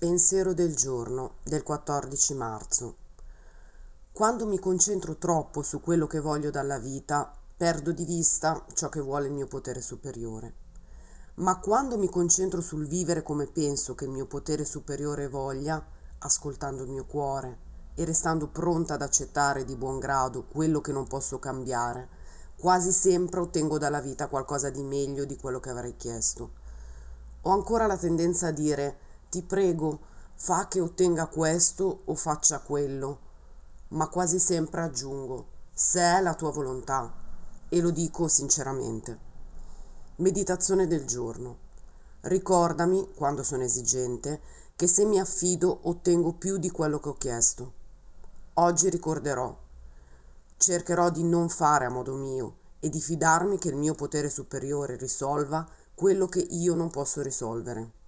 Pensiero del giorno del 14 marzo. Quando mi concentro troppo su quello che voglio dalla vita, perdo di vista ciò che vuole il mio potere superiore. Ma quando mi concentro sul vivere come penso che il mio potere superiore voglia, ascoltando il mio cuore e restando pronta ad accettare di buon grado quello che non posso cambiare, quasi sempre ottengo dalla vita qualcosa di meglio di quello che avrei chiesto. Ho ancora la tendenza a dire: ti prego, fa che ottenga questo o faccia quello, ma quasi sempre aggiungo: se è la tua volontà, e lo dico sinceramente. Meditazione del giorno. Ricordami, quando sono esigente, che se mi affido ottengo più di quello che ho chiesto. Oggi ricorderò: cercherò di non fare a modo mio e di fidarmi che il mio potere superiore risolva quello che io non posso risolvere.